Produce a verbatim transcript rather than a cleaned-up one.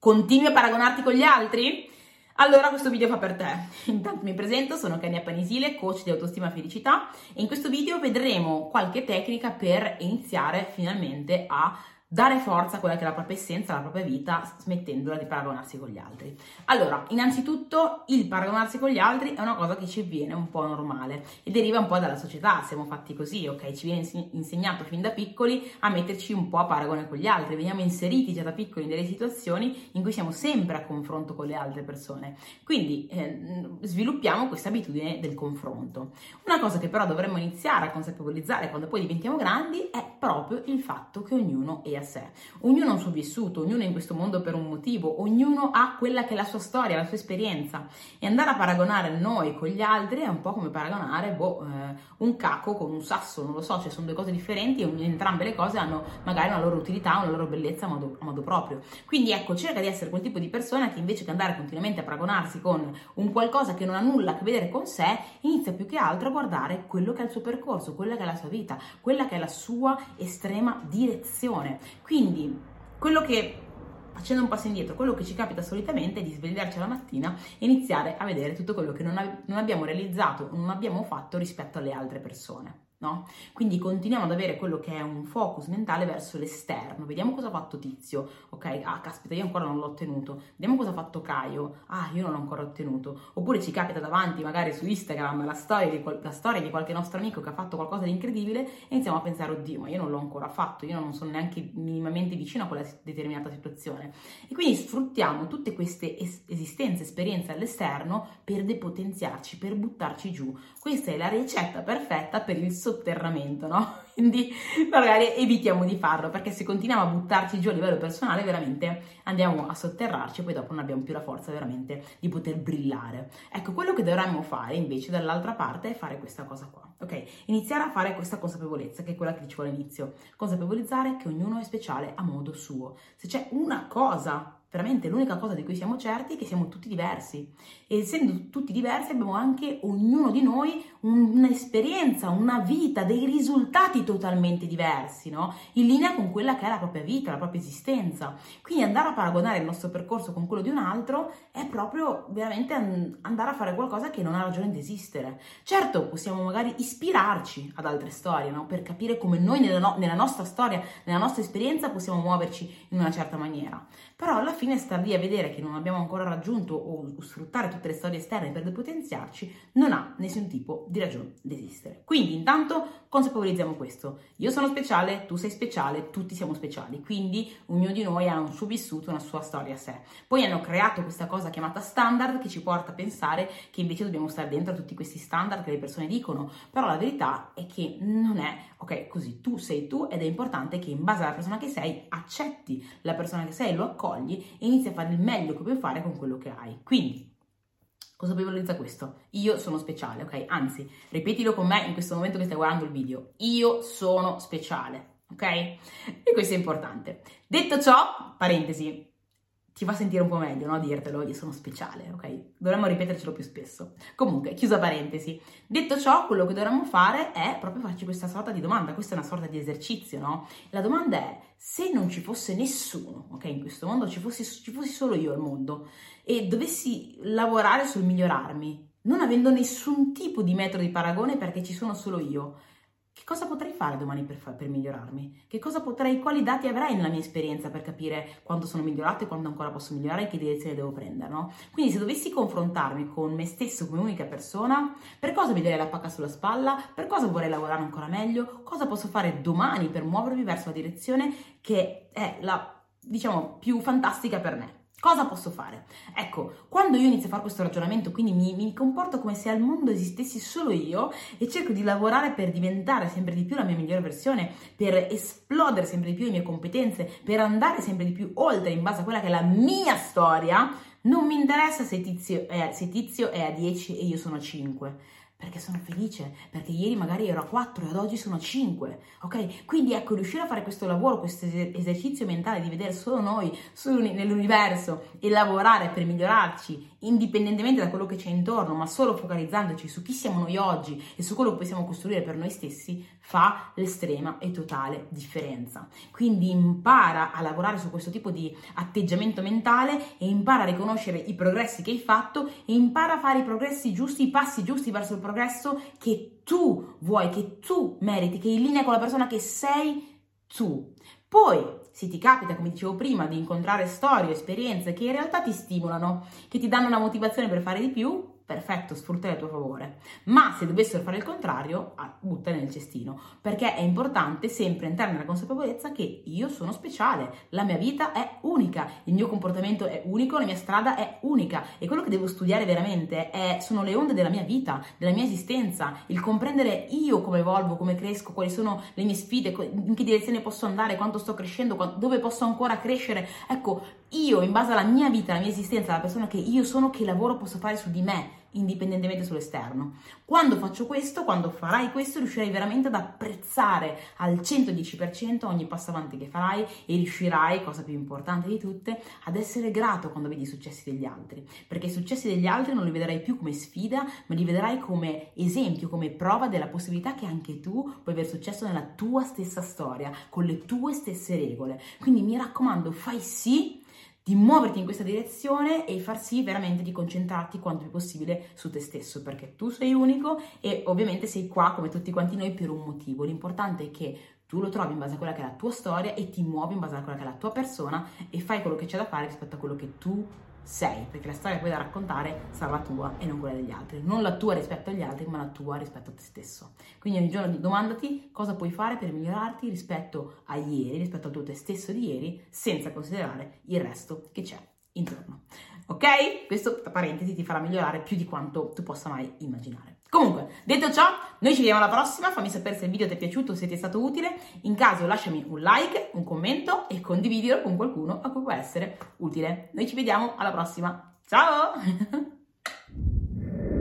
Continui a paragonarti con gli altri? Allora questo video fa per te. Intanto mi presento, sono Kenia Panisile, coach di autostima e felicità, e in questo video vedremo qualche tecnica per iniziare finalmente a dare forza a quella che è la propria essenza, la propria vita, smettendola di paragonarsi con gli altri. Allora, innanzitutto il paragonarsi con gli altri è una cosa che ci viene un po' normale e deriva un po' dalla società, siamo fatti così, ok? Ci viene insegnato fin da piccoli a metterci un po' a paragone con gli altri, veniamo inseriti già da piccoli in delle situazioni in cui siamo sempre a confronto con le altre persone, quindi eh, sviluppiamo questa abitudine del confronto. Una cosa che però dovremmo iniziare a consapevolizzare quando poi diventiamo grandi è proprio il fatto che ognuno è a sé. Ognuno ha un suo vissuto, ognuno è in questo mondo per un motivo, ognuno ha quella che è la sua storia, la sua esperienza, e andare a paragonare noi con gli altri è un po' come paragonare boh, eh, un caco con un sasso, non lo so, cioè sono due cose differenti e entrambe le cose hanno magari una loro utilità, una loro bellezza a modo, a modo proprio. Quindi ecco, cerca di essere quel tipo di persona che invece che andare continuamente a paragonarsi con un qualcosa che non ha nulla a che vedere con sé, inizia più che altro a guardare quello che è il suo percorso, quella che è la sua vita, quella che è la sua estrema direzione. Quindi quello che, facendo un passo indietro, quello che ci capita solitamente è di svegliarci la mattina e iniziare a vedere tutto quello che non, ab- non abbiamo realizzato, non abbiamo fatto rispetto alle altre persone. No? Quindi continuiamo ad avere quello che è un focus mentale verso l'esterno. Vediamo cosa ha fatto Tizio, ok? Ah, caspita, io ancora non l'ho ottenuto. Vediamo cosa ha fatto Caio. Ah, io non l'ho ancora ottenuto. Oppure ci capita davanti, magari su Instagram, la storia di, qual- la storia di qualche nostro amico che ha fatto qualcosa di incredibile e iniziamo a pensare, oddio, ma io non l'ho ancora fatto, io non sono neanche minimamente vicino a quella determinata situazione. E quindi sfruttiamo tutte queste es- esistenze, esperienze all'esterno per depotenziarci, per buttarci giù. Questa è la ricetta perfetta per il sotterramento, no? Quindi magari evitiamo di farlo, perché se continuiamo a buttarci giù a livello personale veramente andiamo a sotterrarci e poi dopo non abbiamo più la forza veramente di poter brillare. Ecco, quello che dovremmo fare invece dall'altra parte è fare questa cosa qua, ok? Iniziare a fare questa consapevolezza, che è quella che dicevo all'inizio, consapevolizzare che ognuno è speciale a modo suo. Se c'è una cosa, veramente l'unica cosa di cui siamo certi è che siamo tutti diversi, e essendo tutti diversi abbiamo anche ognuno di noi un'esperienza, una vita, dei risultati totalmente diversi, no? In linea con quella che è la propria vita, la propria esistenza. Quindi andare a paragonare il nostro percorso con quello di un altro è proprio veramente andare a fare qualcosa che non ha ragione di esistere. Certo, possiamo magari ispirarci ad altre storie, no? Per capire come noi nella, no- nella nostra storia, nella nostra esperienza possiamo muoverci in una certa maniera, però alla fine star lì a vedere che non abbiamo ancora raggiunto o sfruttare tutte le storie esterne per depotenziarci non ha nessun tipo di ragione di esistere. Quindi intanto consapevolizziamo questo: io sono speciale, tu sei speciale, tutti siamo speciali, quindi ognuno di noi ha un suo vissuto, una sua storia a sé. Poi hanno creato questa cosa chiamata standard che ci porta a pensare che invece dobbiamo stare dentro a tutti questi standard che le persone dicono, però la verità è che non è ok così. Tu sei tu ed è importante che in base alla persona che sei accetti la persona che sei, lo accogli e inizi a fare il meglio che puoi fare con quello che hai. Quindi consapevolizza questo: io sono speciale, ok? Anzi, ripetilo con me in questo momento che stai guardando il video: io sono speciale, ok? E questo è importante. Detto ciò, parentesi, ti fa sentire un po' meglio, no? Dirtelo, io sono speciale, ok? Dovremmo ripetercelo più spesso. Comunque, chiusa parentesi. Detto ciò, quello che dovremmo fare è proprio farci questa sorta di domanda. Questa è una sorta di esercizio, no? La domanda è: se non ci fosse nessuno, ok? In questo mondo ci fossi, ci fossi solo io al mondo e dovessi lavorare sul migliorarmi, non avendo nessun tipo di metodo di paragone perché ci sono solo io, che cosa potrei fare domani per, per migliorarmi? Che cosa potrei, quali dati avrei nella mia esperienza per capire quando sono migliorato e quando ancora posso migliorare e che direzione devo prendere, no? Quindi se dovessi confrontarmi con me stesso come unica persona, per cosa mi darei la pacca sulla spalla? Per cosa vorrei lavorare ancora meglio? Cosa posso fare domani per muovermi verso la direzione che è la, diciamo, più fantastica per me? Cosa posso fare? Ecco, quando io inizio a fare questo ragionamento, quindi mi, mi comporto come se al mondo esistessi solo io e cerco di lavorare per diventare sempre di più la mia migliore versione, per esplodere sempre di più le mie competenze, per andare sempre di più oltre in base a quella che è la mia storia, non mi interessa se Tizio è, se Tizio è a dieci e io sono a cinque. Perché sono felice, perché ieri magari ero a quattro e ad oggi sono a cinque, ok? Quindi ecco, riuscire a fare questo lavoro, questo esercizio mentale di vedere solo noi, solo nell'universo e lavorare per migliorarci indipendentemente da quello che c'è intorno, ma solo focalizzandoci su chi siamo noi oggi e su quello che possiamo costruire per noi stessi, fa l'estrema e totale differenza. Quindi impara a lavorare su questo tipo di atteggiamento mentale e impara a riconoscere i progressi che hai fatto e impara a fare i progressi giusti, i passi giusti verso il progresso che tu vuoi, che tu meriti, che è in linea con la persona che sei tu. Poi, se ti capita, come dicevo prima, di incontrare storie, esperienze che in realtà ti stimolano, che ti danno una motivazione per fare di più, perfetto, sfruttale a tuo favore. Ma se dovessero fare il contrario, buttale nel cestino, perché è importante sempre entrare nella consapevolezza che io sono speciale, la mia vita è unica, il mio comportamento è unico, la mia strada è unica e quello che devo studiare veramente è, sono le onde della mia vita, della mia esistenza, il comprendere io come evolvo, come cresco, quali sono le mie sfide, in che direzione posso andare, quanto sto crescendo, dove posso ancora crescere. Ecco, io in base alla mia vita, alla mia esistenza, alla persona che io sono, che lavoro posso fare su di me, indipendentemente sull'esterno. Quando faccio questo, quando farai questo, riuscirai veramente ad apprezzare al centodieci per cento ogni passo avanti che farai e riuscirai, cosa più importante di tutte, ad essere grato quando vedi i successi degli altri, perché i successi degli altri non li vedrai più come sfida, ma li vedrai come esempio, come prova della possibilità che anche tu puoi aver successo nella tua stessa storia, con le tue stesse regole. Quindi mi raccomando, fai sì di muoverti in questa direzione e far sì veramente di concentrarti quanto più possibile su te stesso, perché tu sei unico e ovviamente sei qua come tutti quanti noi per un motivo. L'importante è che tu lo trovi in base a quella che è la tua storia e ti muovi in base a quella che è la tua persona e fai quello che c'è da fare rispetto a quello che tu sei, perché la storia che puoi da raccontare sarà la tua e non quella degli altri, non la tua rispetto agli altri, ma la tua rispetto a te stesso. Quindi ogni giorno domandati cosa puoi fare per migliorarti rispetto a ieri, rispetto al tuo te stesso di ieri, senza considerare il resto che c'è intorno. Ok? Questo, tra parentesi, ti farà migliorare più di quanto tu possa mai immaginare. Comunque, detto ciò, noi ci vediamo alla prossima. Fammi sapere se il video ti è piaciuto, se ti è stato utile. In caso lasciami un like, un commento e condividilo con qualcuno a cui può essere utile. Noi ci vediamo alla prossima. Ciao!